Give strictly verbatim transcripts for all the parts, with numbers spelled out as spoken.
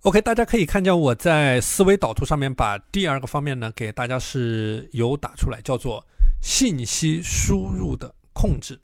OK， 大家可以看见我在思维导图上面把第二个方面呢给大家是有打出来，叫做信息输入的控制。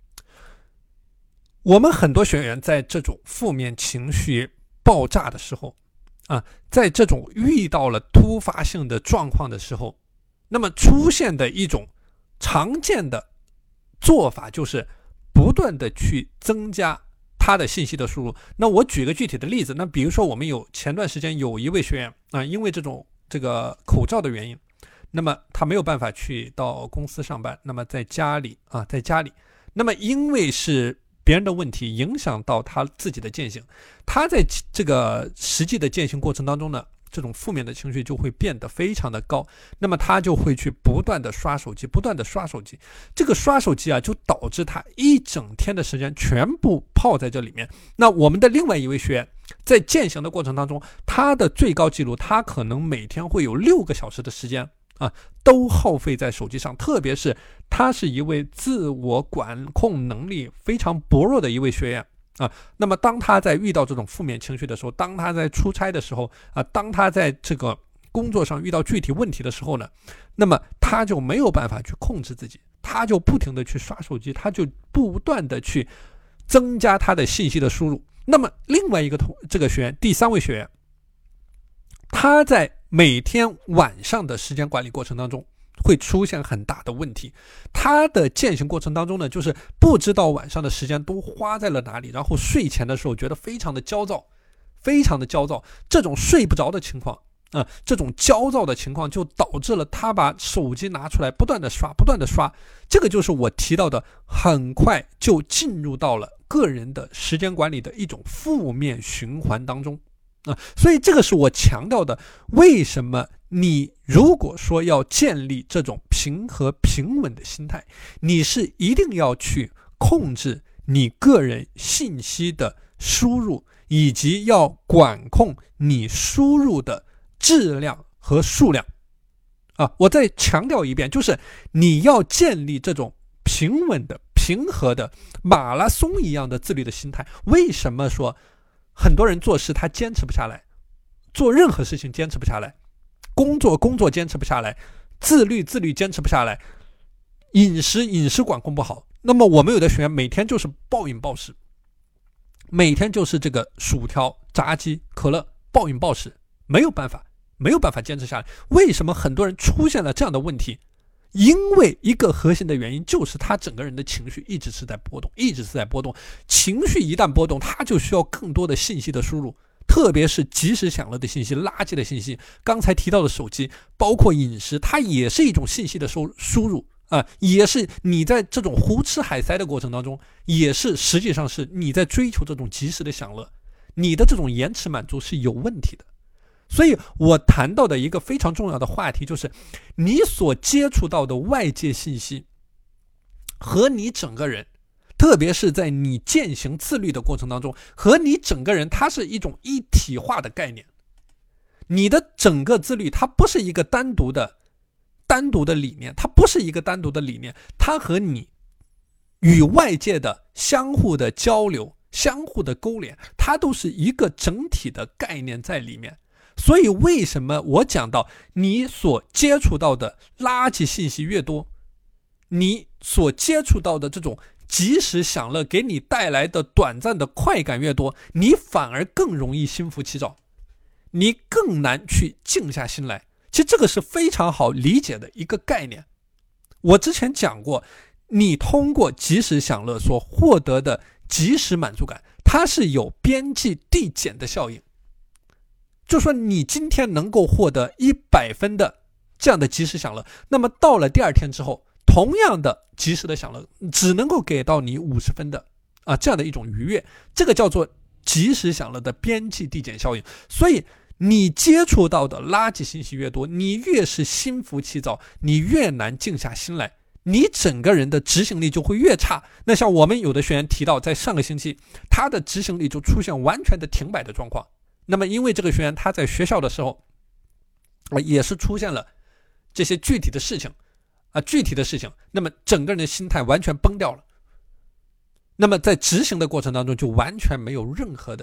我们很多学员在这种负面情绪爆炸的时候啊，在这种遇到了突发性的状况的时候，那么出现的一种常见的做法就是不断的去增加他的信息的输入。那我举个具体的例子，那比如说我们有前段时间有一位学员啊，因为这种这个口罩的原因，那么他没有办法去到公司上班，那么在家里啊，在家里，那么因为是别人的问题影响到他自己的践行，他在这个实际的践行过程当中呢，这种负面的情绪就会变得非常的高，那么他就会去不断的刷手机，不断的刷手机，这个刷手机啊，就导致他一整天的时间全部泡在这里面。那我们的另外一位学员在践行的过程当中，他的最高记录，他可能每天会有六个小时的时间啊，都耗费在手机上，特别是他是一位自我管控能力非常薄弱的一位学员啊，那么当他在遇到这种负面情绪的时候，当他在出差的时候啊，当他在这个工作上遇到具体问题的时候呢，那么他就没有办法去控制自己，他就不停的去刷手机，他就不断的去增加他的信息的输入。那么另外一个同这个学员，第三位学员，他在每天晚上的时间管理过程当中会出现很大的问题，他的践行过程当中呢，就是不知道晚上的时间都花在了哪里，然后睡前的时候觉得非常的焦躁，非常的焦躁，这种睡不着的情况啊、呃，这种焦躁的情况就导致了他把手机拿出来不断的刷，不断的刷，这个就是我提到的，很快就进入到了个人的时间管理的一种负面循环当中啊，所以这个是我强调的，为什么你如果说要建立这种平和平稳的心态，你是一定要去控制你个人信息的输入，以及要管控你输入的质量和数量啊！我再强调一遍，就是你要建立这种平稳的、平和的马拉松一样的自律的心态。为什么说很多人做事他坚持不下来，做任何事情坚持不下来，工作工作坚持不下来，自律自律坚持不下来，饮食饮食管控不好，那么我们有的学员每天就是暴饮暴食，每天就是这个薯条、炸鸡、可乐，暴饮暴食，没有办法，没有办法坚持下来。为什么很多人出现了这样的问题？因为一个核心的原因就是他整个人的情绪一直是在波动，一直是在波动。情绪一旦波动，他就需要更多的信息的输入，特别是即时享乐的信息、垃圾的信息。刚才提到的手机，包括饮食，它也是一种信息的收输入啊、呃，也是你在这种胡吃海塞的过程当中，也是实际上是你在追求这种即时的享乐，你的这种延迟满足是有问题的。所以我谈到的一个非常重要的话题，就是你所接触到的外界信息和你整个人，特别是在你践行自律的过程当中，和你整个人它是一种一体化的概念。你的整个自律它不是一个单独的单独的理念，它不是一个单独的理念，它和你与外界的相互的交流、相互的勾连，它都是一个整体的概念在里面。所以为什么我讲到你所接触到的垃圾信息越多，你所接触到的这种即时享乐给你带来的短暂的快感越多，你反而更容易心浮气躁，你更难去静下心来。其实这个是非常好理解的一个概念。我之前讲过，你通过即时享乐所获得的即时满足感，它是有边际递减的效应。就说你今天能够获得一百分的这样的即时享乐，那么到了第二天之后，同样的即时的享乐只能够给到你五十分的啊这样的一种愉悦，这个叫做即时享乐的边际递减效应。所以你接触到的垃圾信息越多，你越是心浮气躁，你越难静下心来，你整个人的执行力就会越差。那像我们有的学员提到，在上个星期他的执行力就出现完全的停摆的状况。那么因为这个学员他在学校的时候、呃、也是出现了这些具体的事情啊、呃，具体的事情，那么整个人的心态完全崩掉了。那么在执行的过程当中就完全没有任何的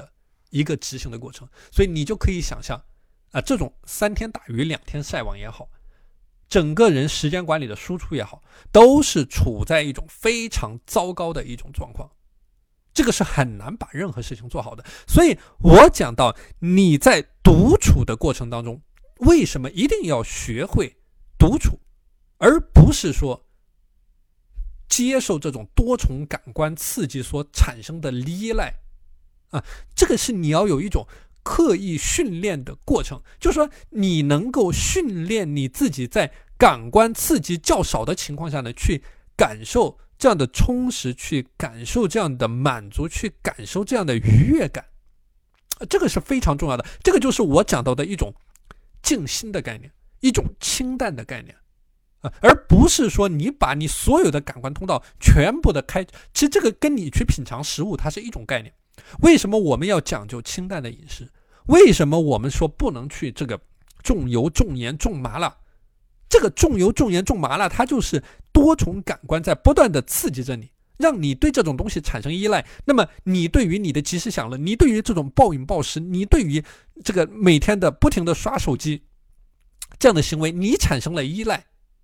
一个执行的过程。所以你就可以想象啊，这种三天打鱼两天晒网也好，整个人时间管理的输出也好，都是处在一种非常糟糕的一种状况。这个是很难把任何事情做好的。所以我讲到你在独处的过程当中，为什么一定要学会独处，而不是说接受这种多重感官刺激所产生的依赖啊？这个是你要有一种刻意训练的过程，就是说你能够训练你自己在感官刺激较少的情况下呢，去感受这样的充实，去感受这样的满足，去感受这样的愉悦感。这个是非常重要的，这个就是我讲到的一种静心的概念，一种清淡的概念，而不是说你把你所有的感官通道全部的开。其实这个跟你去品尝食物它是一种概念。为什么我们要讲究清淡的饮食？为什么我们说不能去这个重油重盐重麻辣？这个重油重盐重麻辣，它就是多重感官在不断的刺激着你，让你对这种东西产生依赖。那么你对于你的即时享乐，你对于这种暴饮暴食，你对于这个每天的不停的刷手机这样的行为，你产生了依赖，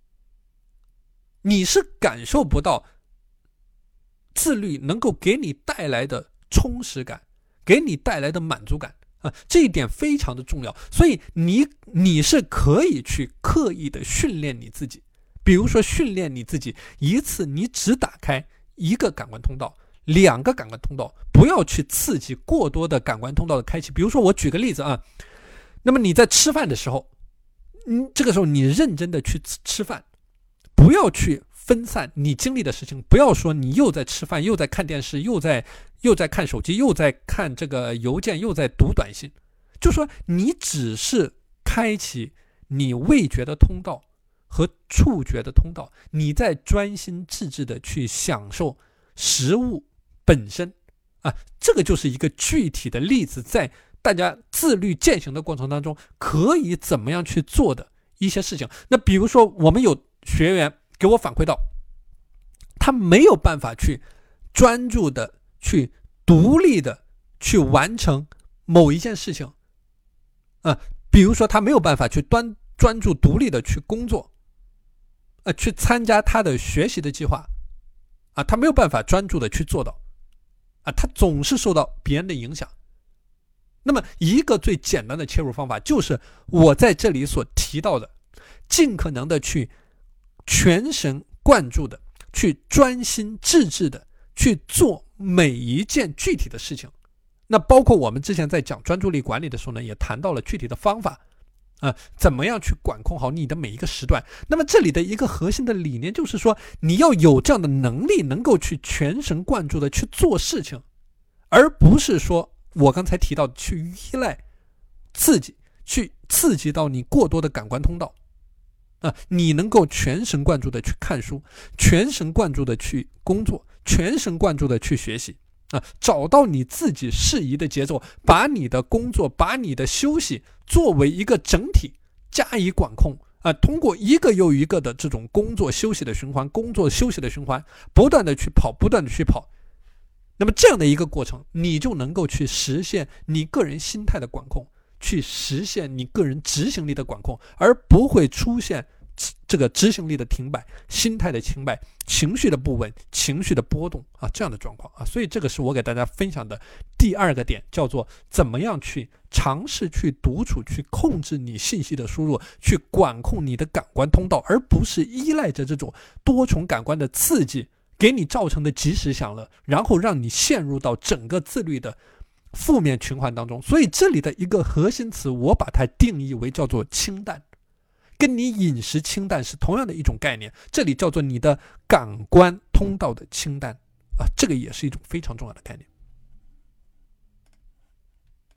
你是感受不到自律能够给你带来的充实感，给你带来的满足感啊，这一点非常的重要。所以你你是可以去刻意的训练你自己，比如说训练你自己一次你只打开一个感官通道，两个感官通道，不要去刺激过多的感官通道的开启。比如说我举个例子啊，那么你在吃饭的时候，嗯，这个时候你认真的去吃饭，不要去分散你经历的事情，不要说你又在吃饭又在看电视又在又在看手机又在看这个邮件又在读短信，就说你只是开启你味觉的通道和触觉的通道，你在专心致志的去享受食物本身啊，这个就是一个具体的例子，在大家自律践行的过程当中可以怎么样去做的一些事情。那比如说我们有学员给我反馈到，他没有办法去专注的去独立的去完成某一件事情啊，比如说他没有办法去专专注独立的去工作啊，去参加他的学习的计划啊，他没有办法专注的去做到啊，他总是受到别人的影响。那么一个最简单的切入方法就是我在这里所提到的，尽可能的去全神贯注的去专心致志的去做每一件具体的事情。那包括我们之前在讲专注力管理的时候呢，也谈到了具体的方法啊，怎么样去管控好你的每一个时段。那么这里的一个核心的理念就是说，你要有这样的能力，能够去全神贯注的去做事情，而不是说我刚才提到的去依赖刺激，去刺激到你过多的感官通道啊，你能够全神贯注的去看书，全神贯注的去工作，全神贯注的去学习啊，找到你自己适宜的节奏，把你的工作，把你的休息作为一个整体加以管控啊，通过一个又一个的这种工作休息的循环，工作休息的循环，不断的去跑，不断的去跑。那么这样的一个过程，你就能够去实现你个人心态的管控，去实现你个人执行力的管控，而不会出现这个执行力的停摆，心态的停摆，情绪的不稳，情绪的波动啊，这样的状况啊。所以这个是我给大家分享的第二个点，叫做怎么样去尝试去独处，去控制你信息的输入，去管控你的感官通道，而不是依赖着这种多重感官的刺激给你造成的即时享乐，然后让你陷入到整个自律的负面循环当中。所以这里的一个核心词，我把它定义为叫做清淡，跟你饮食清淡是同样的一种概念，这里叫做你的感官通道的清淡啊，这个也是一种非常重要的概念。